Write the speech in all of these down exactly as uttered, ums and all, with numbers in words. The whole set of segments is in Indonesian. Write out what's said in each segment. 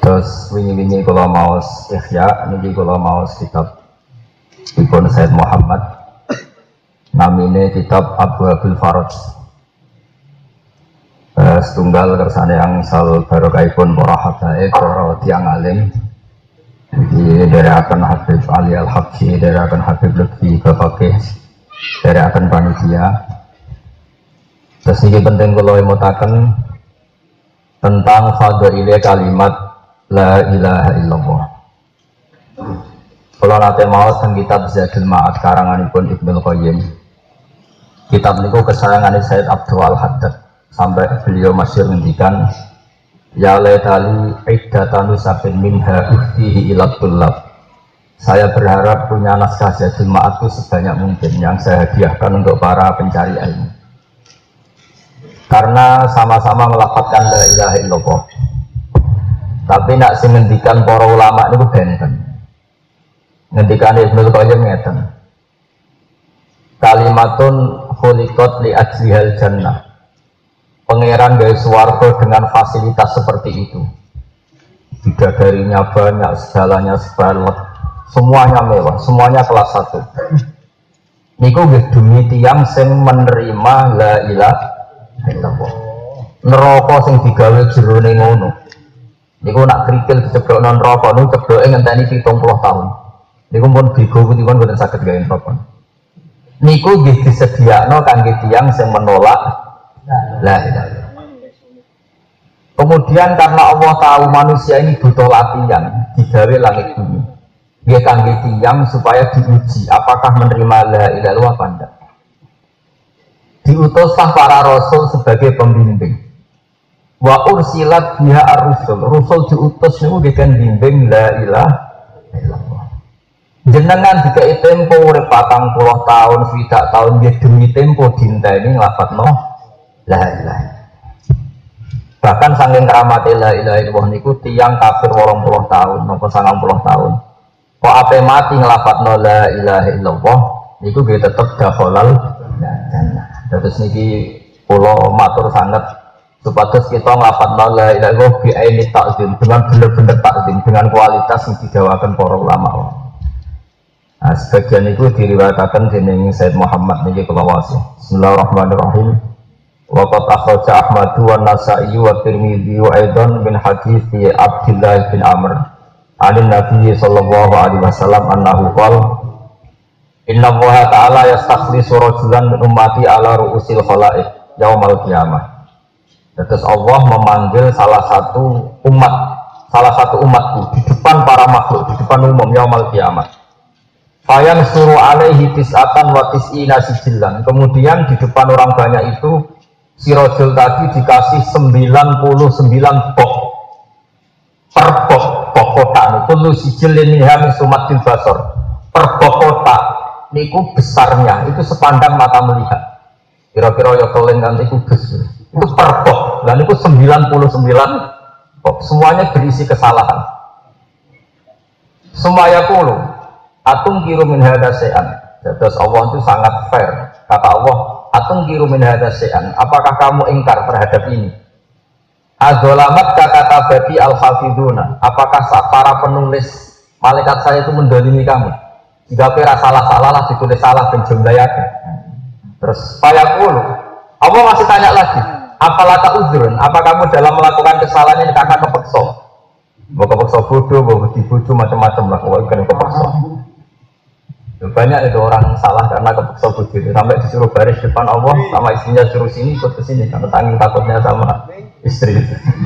Terus wingi-wingi kalau mau ikhya, niki kalau mau kitab Ibnu Said Muhammad, namine kitab Abu Abil Faraj. Uh, setunggal kersane angsal barokahipun para habaib, para tiang alim. Iki dari akan Habib Ali Al-Habsyi, dari akan Habib Lutfi Bapakih, dari akan panitia. Terus ini penting kalau mutakan tentang fadhilih kalimat la ilaha illallah. Kalau nanti mau tentang kitab Zadul Ma'ad karanganipun Ibnu Qayyim. Kitab niku kesayangan Sayyid Abdul Al-Haddad. Sampai beliau masih menghentikan ya laitali iddatan nusafin minha uhtihi ilat tullab. Saya berharap punya naskah Zadul Ma'ad itu sebanyak mungkin yang saya hadiahkan untuk para pencari ilmu, karena sama-sama melafadzkan la ilaha illallah. Tapi nak sing ngendikan para ulama itu benten. Ngendikan Ibnu Qayyim ngeten, kalimatun khuliqat li ajlihal jannah. Pangeran dari swarga dengan fasilitas seperti itu, bidadarinya banyak, segalanya sebalek, semuanya mewah, semuanya kelas satu. Niku demi tiang sing menerima la ilaha illallah. Neraka sing digawe jerone ngono. Niku nak krikil diceblokno neraka niku cebloke ngenteni pitung puluh tahun. Niku pun bigo putihipun boten saged gawe neraka. Niku nggih disediakno kangge tiang sing menolak la ilaha illallah. Kemudian karena Allah tahu manusia ini butuh latihan, digawe langit bumi. Dia kangge tiyang supaya diuji apakah menerima la ilaha illallah apa enggak. Diutuslah para rasul sebagai pembimbing. Wa ursilat biha ar-rusul. Rasul diutus niku dengan bimbing la ilaha illallah. Jenengan dikai tempo urip patang puluh tahun, swidak tahun nggih demi tempo dinteni nglafadzno la ilaha. Bahkan saking keramat la ilaha illallah niku tiyang kafir wolong puluh tahun napa sangang puluh tahun. Kok ape mati nglafadzno la ilaha illallah niku nggih tetep dakhalal jannah. Terus niki kula matur sanget supados kita nglafadzno la ilaha illallah bi aini ta'zim, dengan bener-bener takzim, dengan kualitas yang didawakan para ulama. Nah, sebagian itu diriwayatkan dening Sayyid Muhammad niki kula waos. Bismillahirrahmanirrahim. Waqat akhraja Ahmad wa Nasa'i wa Tirmidzi wa aidan min hadits Abdullah bin Amr an Nabi sallallahu alaihi wasallam annahu qala inna Allah ta'ala yastakhlisu rajulan min ummati ala ru'usil khalaiq yaumal qiyamah. Terus Allah memanggil salah satu umat, salah satu umatku di depan para makhluk, di depan umum yaumal qiyamah. Fayan suruh alaihi tis'atan wa tis'ina sijillan. Kemudian di depan orang banyak itu si rojul tadi dikasih sembilan puluh sembilan bok per bok, bok kotak kullu sijilin minha min sumatil basar. Per bok kotak niku besarnya itu sepandang mata melihat. Kira-kira ya kolen kanthi kubus. Itu per bok. Dan itu sembilan puluh sembilan bok. Semuanya berisi kesalahan. Semuanya kulo atung kiru min hadza syai'an. Terus Allah itu sangat fair. Kata Allah, atung kiru min hadza syai'an. Apakah kamu ingkar terhadap ini? Adzolamat kakatabati al-hafiduna. Apakah para penulis malaikat saya itu mendolimi kamu? Jika kira salah-salah lah ditulis salah dan jumlahnya. Terus payakulu. Allah masih tanya lagi. Apalaka uzrun? Apa kamu dalam melakukan kesalahan ini karena kepeksa? Mau kepeksa bodoh, mau dibujuk macam-macam lah. Kalau bukan kepeksa. Banyak itu orang salah karena kepeksa bodoh. Sampai disuruh baris depan Allah, sama istrinya suruh sini ikut ke sini karena saking takutnya sama istri.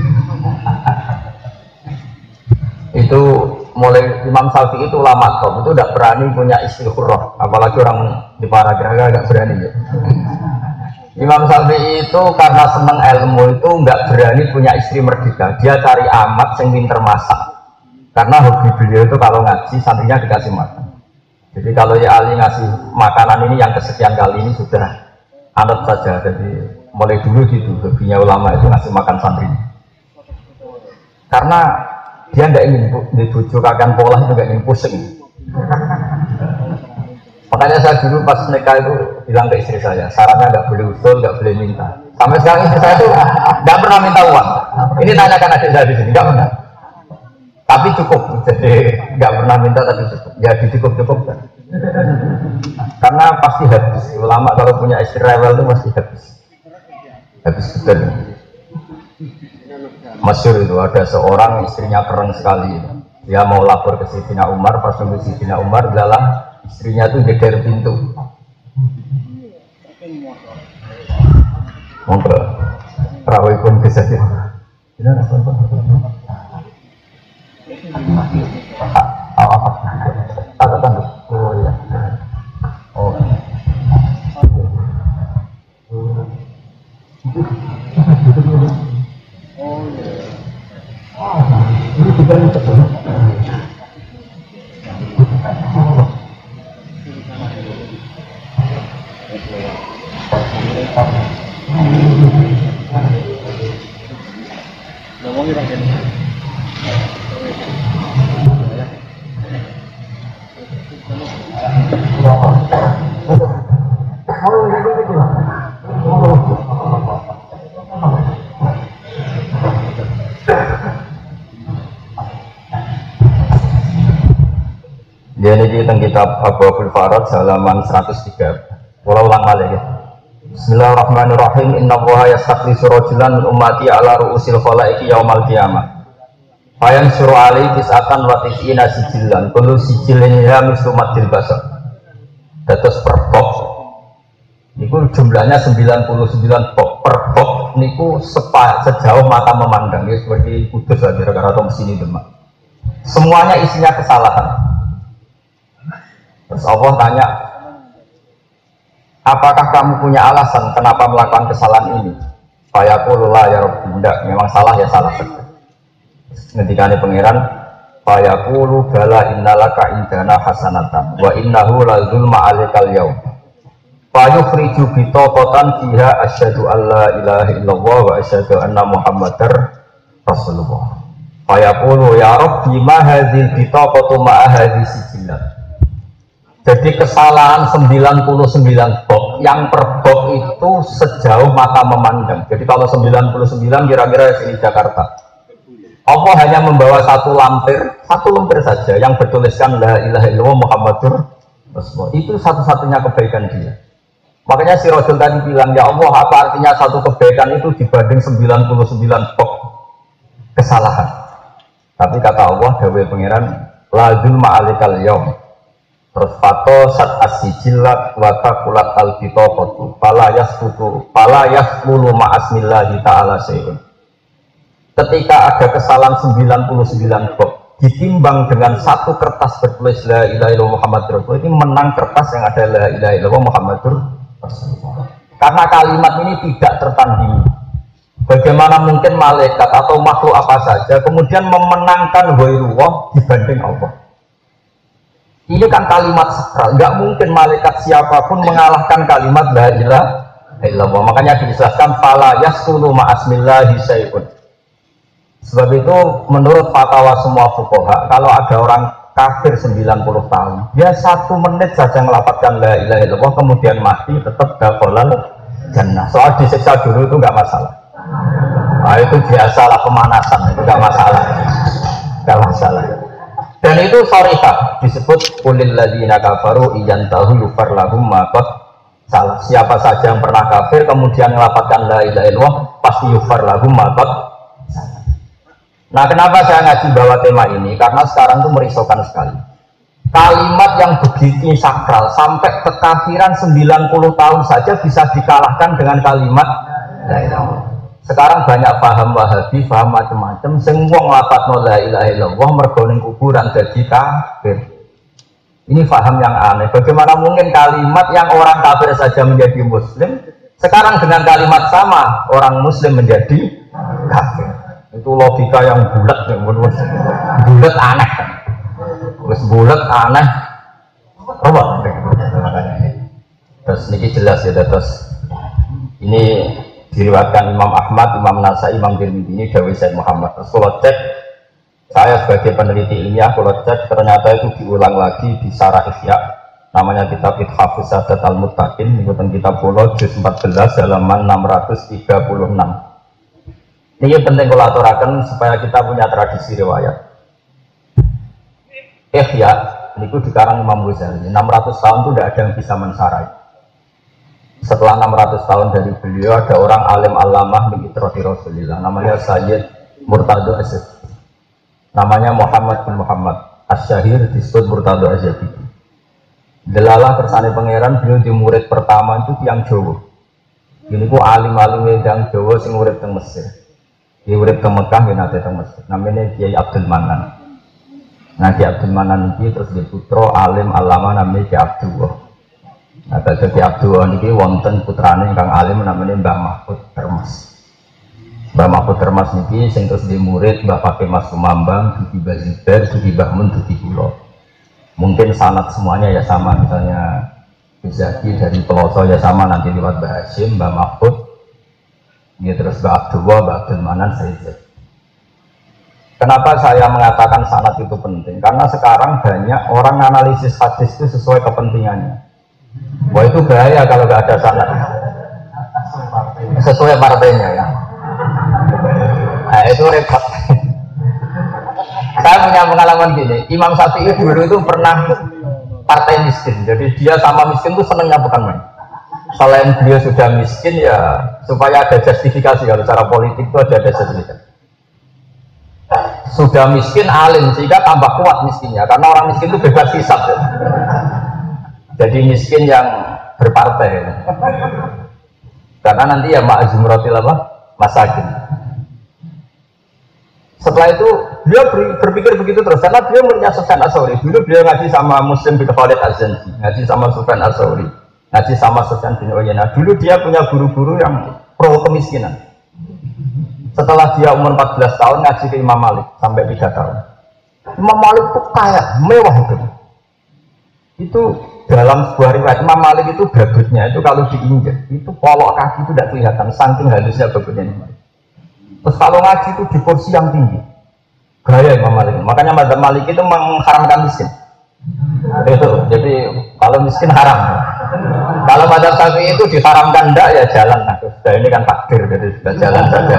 Itu mulai Imam Syafi'i itu ulama top, itu tidak berani punya istri hurrah, apalagi orang di Paragraga tidak berani ya. Imam Syafi'i itu karena senang ilmu itu nggak berani punya istri merdeka, dia cari amat yang pinter masak, karena hobi beliau itu kalau ngaji santrinya dikasih makan. Jadi kalau ya Ali ngasih makanan ini yang kesekian kali ini sudah anut saja, jadi mulai dulu gitu hobinya ulama itu ngasih makan santri, karena dia tidak ingin dibujuk akan pola itu, nggak ingin pusing. Makanya saya dulu pas nikah itu bilang ke istri saya, syaratnya nggak boleh usul, nggak boleh minta. Sampai sekarang istri saya itu nggak pernah minta uang. Ini tanyakan adik saya di sini, nggak pernah. cukup, jadi nggak pernah minta tapi cukup. Ya dicukup cukup kan. Karena pasti habis. Ulama kalau punya istri rewel itu pasti habis. Habis betul. Masyhur itu ada seorang istrinya keren sekali. Dia mau lapor ke Sayyidina Umar, pas nunggu Sayyidina Umar adalah istrinya tuh geger pintu. Monggo. Rawai pun kesedihan. Tidak ada apa-apa. Awak apa tanda? Oh iya. Oh. Oh iya. Ini juga untuk ngomongin Pak Ken. Dia ini tentang kitab Abu Abdul Farad halaman seratus tiga. Pulau ulang balik ya. Bismillahirrahmanirrahim. Inna Allaha yastakhlisu rajulan min ummati ala ru'usil khalaiqi yaumal qiyamah. Fayan suruh alaihi tis'atan wa tis'ina sijillan. Kullu sijilin ya mislu maddil basar. Dados per box niku jumlahnya sembilan puluh sembilan box per box niku sepa, sejauh mata memandang ya, seperti kudus lah kira-kira atau mesin itu mak. Semuanya isinya kesalahan. Terus Allah tanya, apakah kamu punya alasan kenapa melakukan kesalahan ini? Fayaqulu la ya Rabbi, enggak, memang salah ya salah saja. Ngendikane pangeran, fayaqulu bala innalaka indana hasanatan wa innahu la zulma alaikal yaum. Fayukhriju bitaqatan fiha asyhadu alla ilaha illallah wa asyhadu anna muhammadar rasulullah. Fayaqulu ya Rabbi ma hadzil bitaqatu ma hadzi sijillat. Jadi kesalahan sembilan puluh sembilan box, yang per box itu sejauh mata memandang. Jadi kalau sembilan puluh sembilan kira-kira di sini Jakarta. Allah hanya membawa satu lampir, satu lampir saja yang bertuliskan la ilaha illallah Muhammadur Rasulullah. Itu satu-satunya kebaikan dia. Makanya si Rasul tadi bilang, ya Allah, apa artinya satu kebaikan itu dibanding sembilan puluh sembilan box kesalahan. Tapi kata Allah, dawai pangeran, la zulma alikal yaum. Terus fato sat asijillat wa taqulat albitaqatu fala yasqutu fala yasqulu ma'asmillahi ta'ala syai'un. Ketika ada kesalahan sembilan puluh sembilan box ditimbang dengan satu kertas bertulis la ilaha illallah Muhammadur Rasulullah, ini menang kertas yang ada la ilaha illallah Muhammadur Rasulullah. Karena kalimat ini tidak tertandingi. Bagaimana mungkin malaikat atau makhluk apa saja kemudian memenangkan ghairullah dibanding Allah? Ini kan kalimat sakral, nggak mungkin malaikat siapapun mengalahkan kalimat la ilaha illallah. Makanya dijelaskan fala yasqulu ma'asmillahi syai'un. Sebab itu menurut fatwa semua fuqaha, kalau ada orang kafir sembilan puluh tahun, dia satu menit saja melafadzkan la ilaha illallah kemudian mati tetap dakhalal jannah. Soal disiksa dulu itu nggak masalah. Nah, itu biasalah pemanasan, itu nggak masalah, nggak masalah. Dan itu sharihah disebut qulil ladzina kafaru iyantahu yufar lahum ma qad salah. Siapa saja yang pernah kafir kemudian melafadzkan la ilaha illallah pasti yufar lahum ma qad salah. Nah, kenapa saya ngaji bawa tema ini? Karena sekarang itu merisaukan sekali. Kalimat yang begitu sakral sampai kekafiran sembilan puluh tahun saja bisa dikalahkan dengan kalimat la ilaha illallah. Sekarang banyak paham Wahabi, paham macam-macam. Sing wong lafadzno la ilaha illallah mergo ning kuburan dadi kafir. Ini paham yang aneh. Bagaimana mungkin kalimat yang orang kafir saja menjadi muslim, sekarang dengan kalimat sama orang muslim menjadi kafir. Itu logika yang bulat, yang bulat, bulat aneh. Terus bulat aneh. Apa? Terus ini jelas ya, terus ini diriwayatkan Imam Ahmad, Imam Nasai, Imam Tirmidzi, ini dawuh Sayyid Muhammad. Terus kalau cek, saya sebagai peneliti ilmiah, kalau cek ternyata itu diulang lagi di Syarah Ihya, namanya kitab Ithafus Sadat Al-Muttaqin, ikutan kitab Pulau juz empat belas halaman enam ratus tiga puluh enam. Ini penting kalau aturakan supaya kita punya tradisi riwayat. Ihya niku dikarang Imam Ghazali. enam ratus tahun itu tidak ada yang bisa mensarai. Setelah enam ratus tahun dari beliau ada orang alim alamah min itrati Rasulillah namanya Sayyid Murtado Asyadi. Namanya Muhammad bin Muhammad Asyahir disebut Murtado Asyadi. Delalah kersane pangeran beliau di murid pertama itu tiang Jawa. Ini ku alim-alim yang Jawa sing urip teng Mesir. Dia urip teng Mekah nggih nate teng Mesir. Namanya Kiai Abdul Manan. Nah Kiai Abdul Manan iki terus di putra alim alama namanya Kiai Abdullah. Nah dadi Kiai Abdullah niki wonten putrane ingkang alim namanya Mbah Mahfud Termas. Mbah Mahfud Termas niki sing terus di murid Mbah Fakih Mas Kumambang, Duki Bazibar, Duki Bahmun, Duki Kulo. Mungkin sanad semuanya ya sama, misalnya Bizaki dari Peloso ya sama nanti lewat Mbah Hashim, Mbah Mahfud, ya terus Mbah Abdullah, Mbah Abdul Manan, Sayyid. Kenapa saya mengatakan sanad itu penting? Karena sekarang banyak orang analisis hadis itu sesuai kepentingannya. Wah itu bahaya kalau nggak ada sanad. Sesuai partainya ya. Nah itu repot. Saya punya pengalaman gini, Imam Syafi'i dulu itu pernah partai miskin, jadi dia sama miskin itu senengnya bukan main. Selain beliau sudah miskin ya supaya ada justifikasi, kalau cara politik itu ada justifikasi. Sudah miskin alim sehingga tambah kuat miskinnya, karena orang miskin itu bebas hisab ya. Jadi miskin yang berpartai ya. Karena nanti ya ma'azumratil apa? Masakin. Setelah itu beliau berpikir begitu terus karena beliau punya Sufyan Ats-Tsauri. Dulu beliau ngaji sama Muslim bin Khalid Az-Zanji, ngaji sama Sufyan Ats-Tsauri, ngaji sama Sufyan bin Uyainah. Dulu dia punya guru-guru yang pro kemiskinan. Setelah dia umur empat belas tahun ngaji ke Imam Malik sampai tiga tahun. Imam Malik itu kaya, mewah hidup. Itu dalam sebuah riwayat Imam Malik itu babutnya itu kalau diinjak itu polok kaki itu tidak kelihatan saking halusnya babutnya Imam Malik. Terus kalau ngaji itu di kursi yang tinggi, gaya Imam Malik. Makanya mazhab Malik itu mengharamkan miskin. Itu, jadi kalau miskin haram. Kalau mazhab Syafi'i itu diharamkan enggak ya jalan. Nah, sudah ini kan takdir, jadi sudah jalan saja.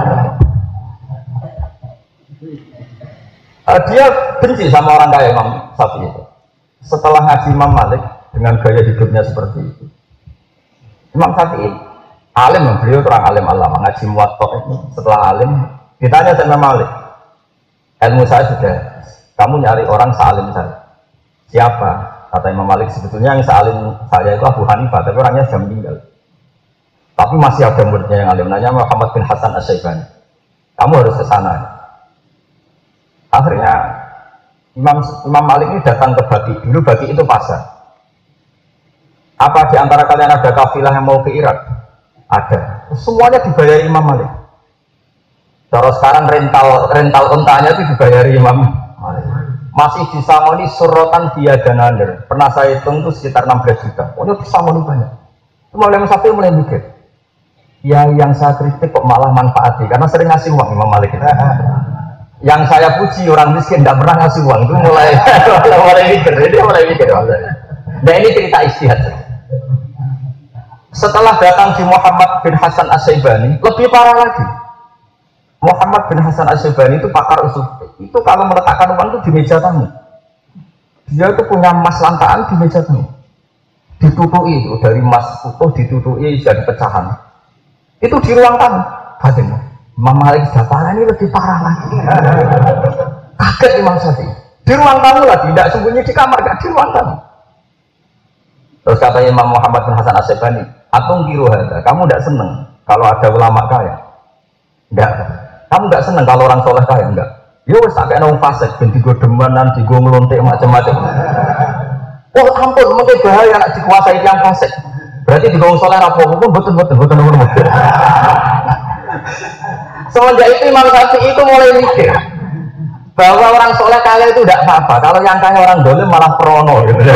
Uh, dia benci sama orang kaya Imam Syafi'i itu. Setelah ngaji Imam Malik dengan gaya hidupnya seperti itu, Imam Syafi'i alim, beliau orang alim alama ngaji Muwatta itu. Setelah alim ditanya sama Malik, ilmu saya sudah, kamu nyari orang sealim saya. Siapa? Kata Imam Malik, sebetulnya yang sealim saya itu Abu Hanifah, tapi orangnya sudah meninggal. Tapi masih ada muridnya yang alim, namanya Muhammad bin Hasan Asy-Syaibani. Kamu harus ke sana. Akhirnya Imam Imam Malik ini datang ke Baqi. Dulu Baqi itu pasar. Apa di antara kalian ada kafilah yang mau ke Irak? Ada. Semuanya dibayari Imam Malik. Kalau sekarang rental rental untanya itu dibayari Imam Malik. Masih disamoni surrotan dia dan under. Pernah saya hitung itu sekitar enam belas juta. Pokoknya disamoni banyak. Cuma mulai satu mulai mikir. Ya yang saya kritik kok malah manfaati karena sering ngasih uang Imam Malik itu. Yang saya puji orang miskin tidak pernah ngasih uang itu mulai mulai mikir. Dia mulai mikir. Nah ini cerita istihad. Setelah datang di Muhammad bin Hasan Asy-Syaibani, lebih parah lagi. Muhammad bin Hasan Asy-Syaibani itu pakar usul. Itu kalau meletakkan uang itu di meja tamu. Dia itu punya emas langkaan di meja tamu. Ditutui itu dari emas utuh ditutui jadi pecahan. Itu di ruang tamu. Batin. Imam Malik datang ini lebih parah lagi. Kaget Imam Syafi'i. Di ruang tamu lagi, tidak sembunyi di kamar, tidak di ruang tamu. Terus kata Imam Muhammad bin Hasan Asy-Syaibani, atung kiruhada, kamu tidak senang kalau ada ulama kaya? Enggak. Kamu tidak senang kalau orang soleh kaya? Enggak. Yo wis tak kena wong fasik ben digo demenan, digo nglontik macam-macam. Oh ampun, mengke bahaya nek dikuasai yang fasik. Berarti digo wong soleh apa hukum betul-betul betul ngono. Semenjak itu Imam Syafi'i itu mulai mikir bahwa orang soleh kaya itu tidak apa-apa. Kalau yang kaya orang dolim malah prono gitu.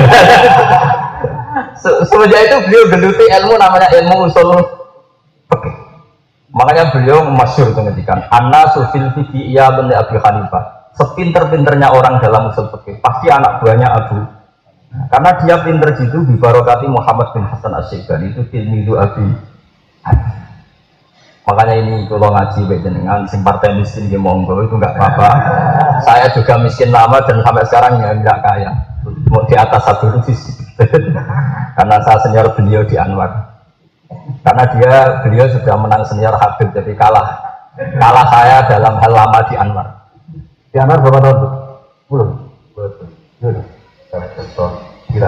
Semenjak itu beliau geluti ilmu namanya ilmu usul fikih. Makanya beliau masyhur menghentikan An-nasu fil fiqhi iya bin Abi Hanifah. Sepinter-pinternya orang dalam usul fikih pasti anak buahnya Abu. Nah, karena dia pinter gitu bi barokati Muhammad bin Hasan Asy-Syaibani itu tilmidu Abi. Makanya ini kalau ngaji dengan sing partai miskin di monggo itu nggak apa-apa. Saya juga miskin lama dan sampai sekarang ya nggak kaya. Mau di atas satu rupiah karena saya senior beliau di Anwar. Karena dia beliau sudah menang senior Habib, jadi kalah kalah saya dalam hal lama di Anwar. Di Anwar berapa tahun? Belum. Belum. Gila.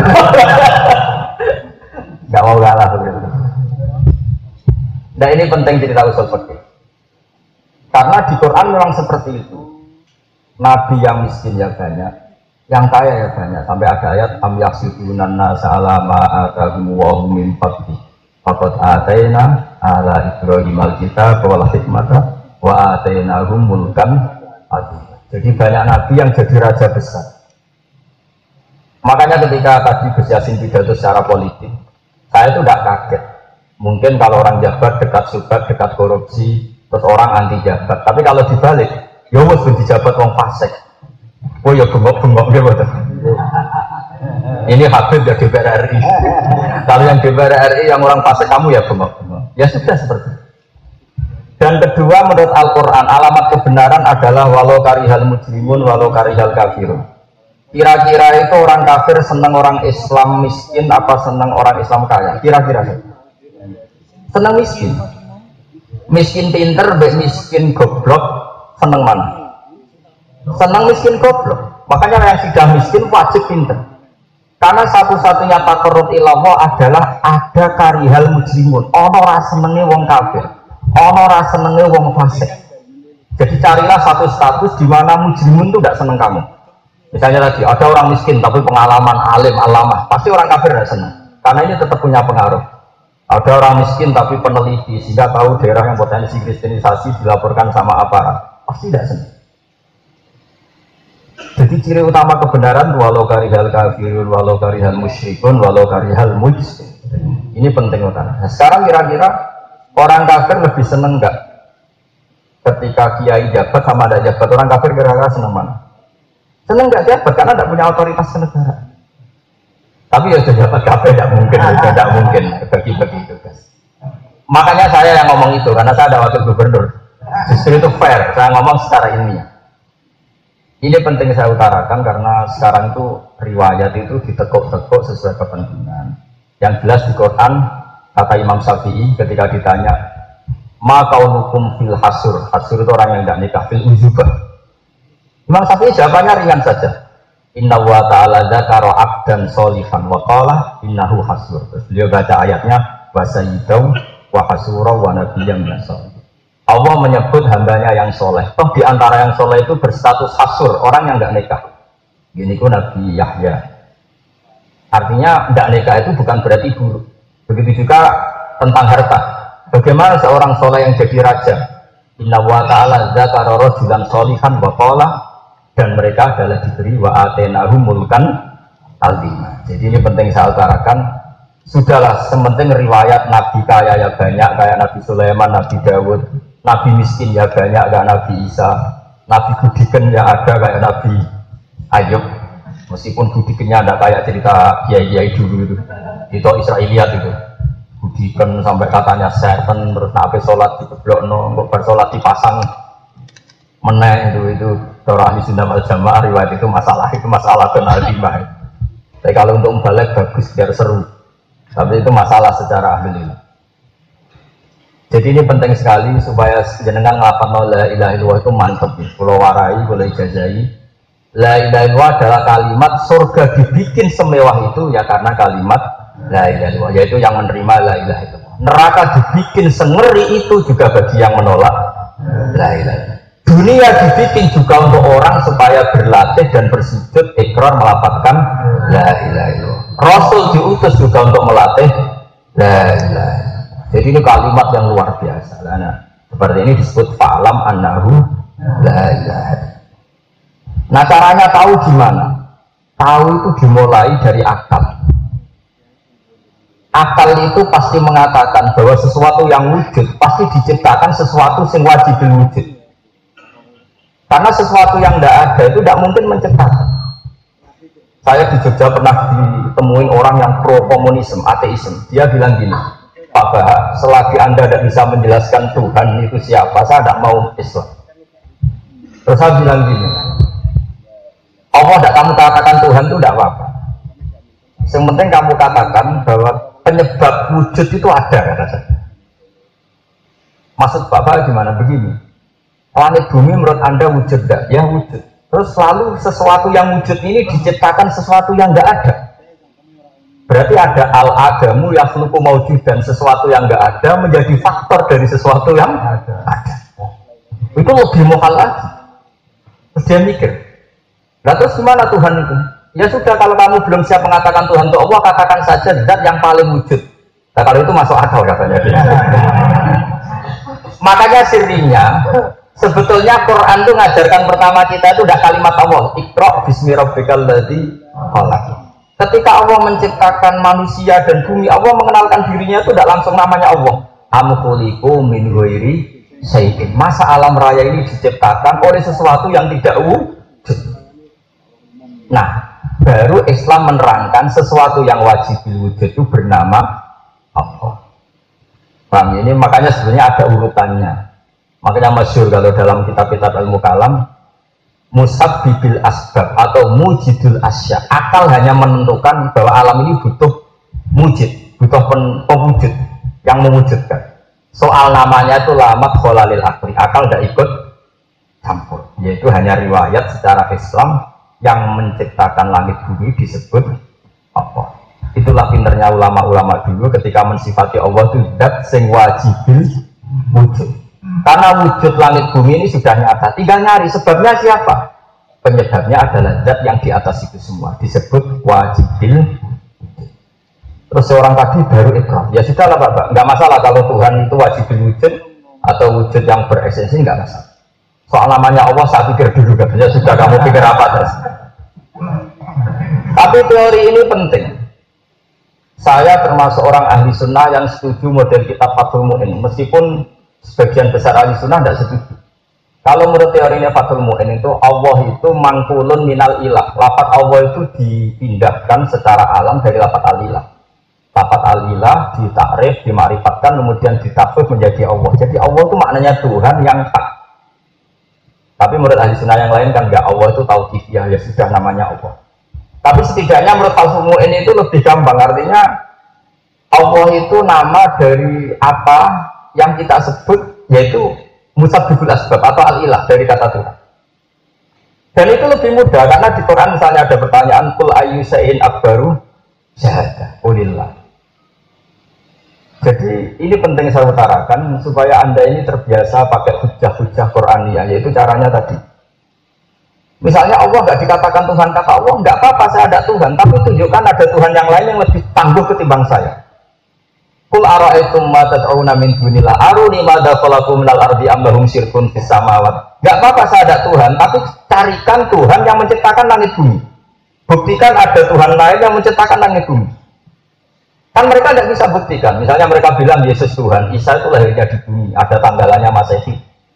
Nggak mau kalah begitu. Nah ini penting cerita usul fikih. Karena di Quran memang seperti itu. Nabi yang miskin ya banyak, yang kaya ya banyak. Sampai ada ayat am yahsuduna nasa ala ma atahum wa hum min fadli. Faqad ataina ala Ibrahim al-kitab wal hikmata wa atainahum mulkan azim. Jadi banyak nabi yang jadi raja besar. Makanya ketika tadi Gus Yasin pidato secara politik, saya itu tidak kaget. Mungkin kalau orang jabat dekat subat, dekat korupsi, terus orang anti jabat. Tapi kalau dibalik, ya wes ben dijabat wong fasik. Oh ya bengok-bengok dia betul. Ini Habib ya D P R R I. Kalau yang D P R R I yang orang fasik kamu ya bengok-bengok. Ya sudah seperti itu. Dan kedua menurut Al-Quran alamat kebenaran adalah walau karihal mujrimun walau karihal kafirun. Kira-kira itu orang kafir senang orang Islam miskin apa senang orang Islam kaya? Kira-kira senang miskin. Miskin pinter, baik miskin goblok, senang mana? Senang miskin goblok. Makanya yang sudah miskin wajib pinter. Karena satu-satunya takarrub ilallah adalah ada karihal mujrimun. Ono ra senenge wong kafir, ono ra senenge wong fasik. Jadi carilah satu status di mana mujrimun itu tidak senang kamu. Misalnya tadi ada orang miskin tapi pengalaman alim alamah, pasti orang kafir tidak senang. Karena ini tetap punya pengaruh. Ada orang miskin tapi peneliti sehingga tahu daerah yang potensi kristenisasi dilaporkan sama aparat, pasti tidak senang. Jadi ciri utama kebenaran walau karihal kafirun, walau karihal musyrikun, walau karihal mujrim. Ini penting utama. Nah, sekarang kira-kira orang kafir lebih seneng nggak ketika kiai jabat sama ada jabat? Orang kafir kira-kira seneng mana? Seneng nggak jabat karena tidak punya otoritas kenegaraan. Tapi ya jabat kafir tidak mungkin, tidak mungkin bagi-bagi itu guys. Makanya saya yang ngomong itu karena saya ada wakil gubernur. Justru itu fair, saya ngomong secara ilmiah. Ini penting saya utarakan karena sekarang itu riwayat itu ditekuk-tekuk sesuai kepentingan. Yang jelas di Quran kata Imam Syafi'i ketika ditanya ma kaunukum fil hasur, hasur itu orang yang tidak nikah, fil uzubah. Imam Syafi'i jawabannya ringan saja. Inna wa ta'ala dzakara abdan sholihan wa qala innahu hasur. Terus beliau baca ayatnya wa sayyidau wa hasura wa nabiyyam nasol. Allah menyebut hambanya yang soleh. Toh di antara yang soleh itu berstatus hasur, orang yang enggak nikah. Gini ku Nabi Yahya. Artinya enggak nikah itu bukan berarti buruk. Begitu juga tentang harta. Bagaimana seorang soleh yang jadi raja? Inna wa ta'ala dzakara rajulan sholihan wa qala, dan mereka adalah diberi wa atenahum mulkan azima. Jadi ini penting saya utarakan. Sudahlah, sementing riwayat Nabi kaya ya banyak, kayak Nabi Sulaiman, Nabi Dawud. Nabi miskin ya banyak, kayak Nabi Isa. Nabi budiken ya ada, kayak Nabi Ayub. Meskipun budikennya ada kayak cerita kiai-kiai dulu itu. Itu Israiliyat itu. Budiken sampai katanya setan, terus nabi sholat di keblokno, kok bersolat dipasang meneh itu itu cara ahli sunnah wal jamaah riwayat itu masalah itu masalah penaltimah. Tapi kalau untuk balik bagus biar seru. Tapi itu masalah secara ahli. Jadi ini penting sekali supaya jenengan nglafadzno la ilaha illallah itu mantep. Kula warai, kula ijazahi. La ilaha illallah adalah kalimat surga dibikin semewah itu ya karena kalimat la ilaha illallah, yaitu yang menerima la ilaha illallah. Neraka dibikin sengeri itu juga bagi yang menolak la ilaha illallah. Dunia dibikin juga untuk orang supaya berlatih dan bersujud ikrar melafadzkan la ilaha illallah. Rasul diutus juga untuk melatih la ilaha. Jadi ini kalimat yang luar biasa. Nah, seperti ini disebut fa'lam annahu la ilaha. Nah, caranya tahu gimana? Tahu itu dimulai dari akal. Akal itu pasti mengatakan bahwa sesuatu yang wujud pasti diciptakan sesuatu yang wajib wujud. Karena sesuatu yang tidak ada itu tidak mungkin menciptakan. Saya di Jogja pernah ditemui orang yang pro komunisme, ateisme. Dia bilang gini, Pak Bahak, selagi Anda tidak bisa menjelaskan Tuhan itu siapa, saya tidak mau Islam. Terus saya bilang gini, Allah tidak kamu katakan Tuhan itu tidak apa-apa. Yang penting kamu katakan bahwa penyebab wujud itu ada, kata saya. Maksud Pak Bahak gimana? Begini, langit bumi menurut Anda wujud tidak? Ya wujud. Terus selalu sesuatu yang wujud ini diciptakan sesuatu yang tidak ada. Berarti ada al-adamu yakhluqu mawjudan, sesuatu yang enggak ada menjadi faktor dari sesuatu yang ada. ada. Itu lebih muhal lagi. Terus dia mikir, nah terus gimana Tuhan itu? Ya sudah, kalau kamu belum siap mengatakan Tuhan itu Allah, katakan saja zat yang paling wujud. Nah kalau itu masuk akal katanya dia. Makanya sirinya, sebetulnya Quran itu ngajarkan pertama kita itu udah kalimat Allah, Iqra bismi rabbikal ladzi khalaq. Ketika Allah menciptakan manusia dan bumi, Allah mengenalkan dirinya itu tidak langsung namanya Allah. Amkhuliku min ghairi syai'in. Masa alam raya ini diciptakan oleh sesuatu yang tidak wujud. Nah, baru Islam menerangkan sesuatu yang wajib wujud itu bernama Allah. Paham ini? Makanya sebenarnya ada urutannya. Makanya masyhur kalau dalam kitab-kitab ilmu kalam, musabbibil asbab atau mujidul asya. Akal hanya menentukan bahwa alam ini butuh mujid, butuh pewujud yang mewujudkan. Soal namanya itu lamat kholalil akli, akal tidak ikut campur. Yaitu hanya riwayat secara Islam yang menciptakan langit bumi disebut Allah. Itulah pinternya ulama-ulama dulu ketika mensifati Allah itu zat sing wajibil wujud. Karena wujud langit bumi ini sudah nyata, tinggal nyari sebabnya siapa? Penyebabnya adalah zat yang di atas itu semua, disebut wajibil. Terus seorang tadi baru ikrar, ya sudahlah Bapak, nggak masalah kalau Tuhan itu wajibil wujud atau wujud yang beresensi, nggak masalah. Soal namanya Allah saya pikir dulu, katanya sudah kamu pikir apa terus. Tapi teori ini penting. Saya termasuk orang ahli sunnah yang setuju model kitab Fathul Mu'in, meskipun sebagian besar ahli sunnah tidak setuju. Kalau menurut teorinya Fathul Mu'in itu Allah itu mangkulun minal ilah. Lafaz Allah itu dipindahkan secara alam dari lafaz al-ilah. Lafaz al-ilah ditakrif, dimarifatkan, kemudian ditafsir menjadi Allah. Jadi Allah itu maknanya Tuhan yang tak. Tapi menurut ahli sunnah yang lain kan enggak, Allah itu tauqifiyah, ya sudah namanya Allah. Tapi setidaknya menurut Fathul Mu'in itu lebih gampang. Artinya Allah itu nama dari apa yang kita sebut, yaitu musabbibul asbab atau al-ilah dari kata Tuhan. Dan itu lebih mudah karena di Quran misalnya ada pertanyaan kul ayyu syai'in akbaru syahada qulillah. Jadi ini penting saya utarakan supaya Anda ini terbiasa pakai hujah-hujah Qur'aniyah, yaitu caranya tadi. Misalnya Allah nggak dikatakan Tuhan, kata Allah nggak apa-apa saya ada Tuhan, tapi tunjukkan ada Tuhan yang lain yang lebih tangguh ketimbang saya. Qul ara'aytum ma tad'una min dunillah aruni madza khalaqu minal ardi am lahum syirkun fis samawati. Enggak apa-apa saya ada Tuhan, tapi carikan Tuhan yang menciptakan langit bumi. Buktikan ada Tuhan lain yang menciptakan langit bumi. Kan mereka tidak bisa buktikan. Misalnya mereka bilang Yesus Tuhan, Isa itu lahirnya di bumi, ada tanggalannya Masehi.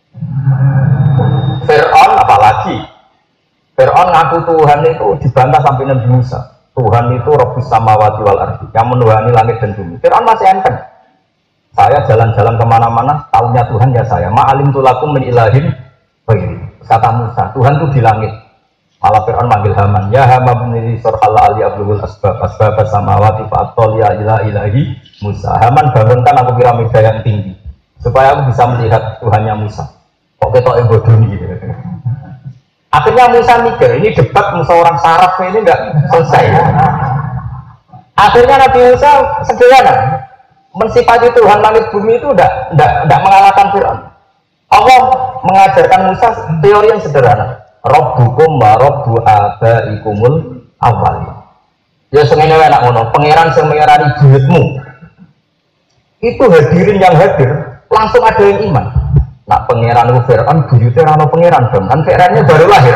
Fir'aun apalagi? Fir'aun ngaku Tuhan itu dibantah sampai Nabi Musa. Tuhan itu Rabbus samawati wal ardi, yang menuhani langit dan bumi. Fir'aun masih enteng. Saya jalan-jalan kemana-mana, taunya Tuhan ya saya. Ma'alim tulakum min ilahin. Kata Musa, Tuhan itu di langit. Malah Fir'aun manggil Haman. Ya Haman meniri surhalla ali ablugul asbab asbab samawati fa'atoliya ila ilahi Musa. Haman bangunkan aku piramida yang tinggi supaya aku bisa melihat Tuhannya Musa. Kok ketok bodoh gitu. Akhirnya Musa mikir, ini debat Musa orang saraf ini enggak selesai. Akhirnya Nabi Musa sederhana, mensifati Tuhan langit bumi itu enggak, enggak, enggak mengalahkan Fir'aun. Allah mengajarkan Musa teori yang sederhana. Rabbukum wa rabbu abaikumul awwal. Ya sengene wae nak ngono, pangeran sing mengerani buyutmu. Itu hadirin yang hadir, langsung ada yang iman. Nak pangeran itu Fir'aun, buyutnya rano pangeran dong, kan Fir'aunnya baru lahir.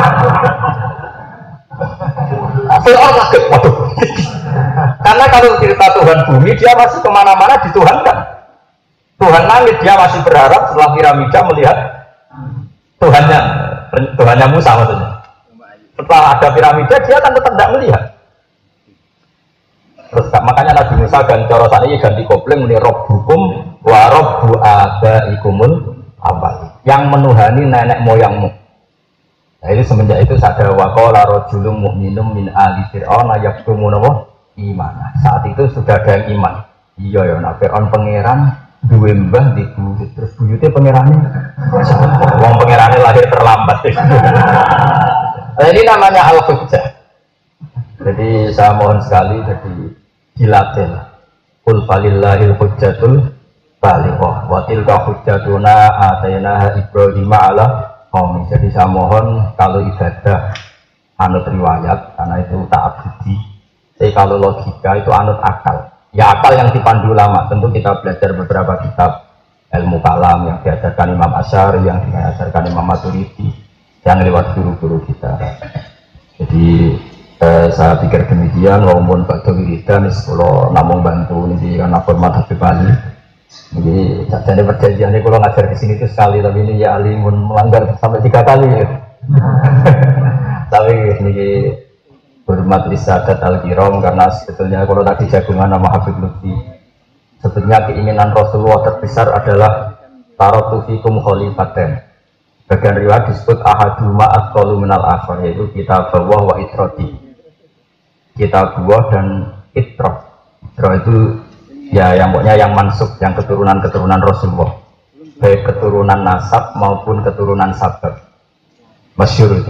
Fir'aun kaget, waduh. Karena kalau cerita Tuhan bumi, dia masih kemana-mana dituhankan. Tuhan langit, dia masih berharap setelah piramida melihat Tuhannya, Tuhannya Musa maksudnya. Setelah ada piramida, dia kan tetap tidak melihat. Terus makanya Nabi Musa ganti cara sakniki ganti kopling muni rabbukum wa rabbu abaikumul awwal. Yang menuhani nenek moyangmu. Nah, itu semenjak itu sadar waqala rajulun mu'minun min ali fir'aun yaktumu nawa iman. Saat itu sudah ada yang iman. Iya ya, nak Fir'aun pangeran duwe mbah di buyut, terus buyutnya pangerane wong pangerane lahir terlambat. Nah, ini namanya al-hujjah. Jadi saya mohon sekali jadi dilatih. Qul falillahil hujjatul balighah wa tilka hujjatuna atainaha Ibrahima ala qaumi. Jadi saya mohon kalau ibadah anut riwayat karena itu taat budi. Tapi kalau logika itu anut akal. Ya akal yang dipandu ulama. Tentu kita belajar beberapa kitab ilmu kalam yang diajarkan Imam Asy'ari, yang diajarkan Imam Maturidi, yang lewat guru-guru kita. Jadi eh, saya pikir demikian. Walaupun Pak Wiridan kalau namun bantu ini karena format Habib Ali. Jadi jadi perjanjian ini kalau ngajar di sini itu sekali, tapi ini ya Ali melanggar sampai tiga kali. Ya. Tapi ini hormat risadat al-kiram karena sebetulnya kalau tadi jagungan nama Habib Lutfi, sebetulnya keinginan Rasulullah terbesar adalah tarotu fikum khalifaten. Bagian riwayat disebut ahaduma asqalu minal akhar, yaitu kitab bawah wa itroti, kitab buah dan itrot. Itrot itu ya yang pokoknya yang mansub, yang keturunan-keturunan Rasulullah, baik keturunan nasab maupun keturunan sabab. Masyhur itu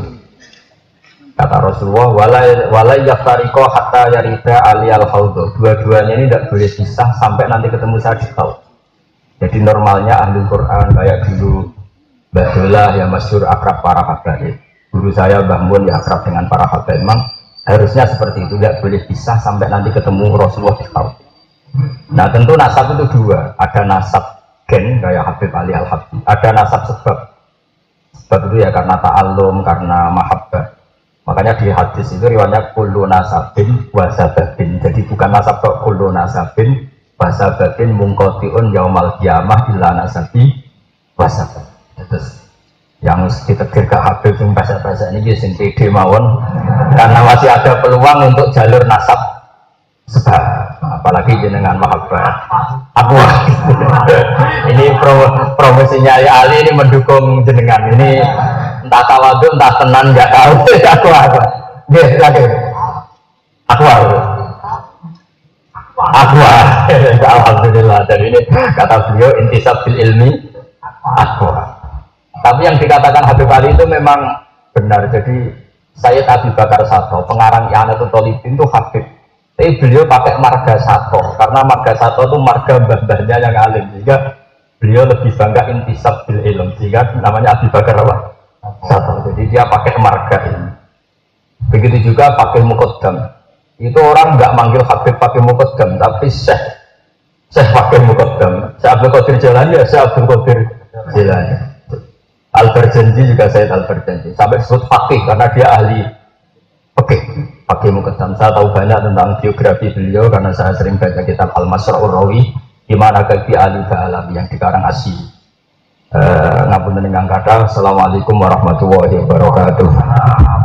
kata Rasulullah, walai walai yaftariqo hatta yarida ali al haudho. Dua-duanya ini tidak boleh pisah sampai nanti ketemu saya di haud. Jadi normalnya ahli Quran kayak dulu Mbah Dolah yang masyhur akrab para habaib, guru saya Mbah Mun ya akrab dengan para habaib. Memang harusnya seperti itu, tidak boleh pisah sampai nanti ketemu Rasulullah di haud. Nah tentu nasab itu dua, ada nasab gen kayak Habib Ali Al-Habib, ada nasab sebab. Sebab itu ya karena ta'allum, karena mahabbah. Makanya di hadis itu riwayatnya kullu nasabin wasababin. Jadi bukan nasab kok, kullu nasabin wasababin mungkotiun yaumal qiyamah illa nasabi wasabab. Terus yang ditegir ke Habib yang bahasa-bahasa ini sing pede mawon karena masih ada peluang untuk jalur nasab sebab, apalagi jenengan mahabbah aku. Ini pro, promosinya Ali ini mendukung jenengan ini, entah tawadhu entah tenan nggak tahu. Aku apa dia lagi aku aku aku alhamdulillah. Dan ini kata beliau intisab bil ilmi aku. Tapi yang dikatakan Habib Ali itu memang benar. Jadi Sayyid Abi Bakar Sato, pengarang I'anatul Thalibin itu Habib. Tapi beliau pakai marga Sato, karena marga Sato itu marga mbah-mbahnya yang alim, sehingga beliau lebih bangga intisab bil ilm, sehingga namanya Abi Bakar apa? Sato. Jadi dia pakai marga ini. Begitu juga pakai muqaddam. Itu orang nggak manggil Habib pakai muqaddam, tapi Syekh. Syekh pakai muqaddam. Syekh Abdul Qadir Jilani ya Syekh Abdul Qadir Jilani. Al-Barjanji juga Sayyid Al-Barjanji. Sampai disebut fakih karena dia ahli fakih. Fakih muqaddam. Saya tahu banyak tentang biografi beliau karena saya sering baca kitab Al-Masra'ur Rawi di mana kaki Ali Ba'alawi yang dikarang Asyi. Uh, ngapunten ingkang kathah. Assalamualaikum warahmatullahi wabarakatuh.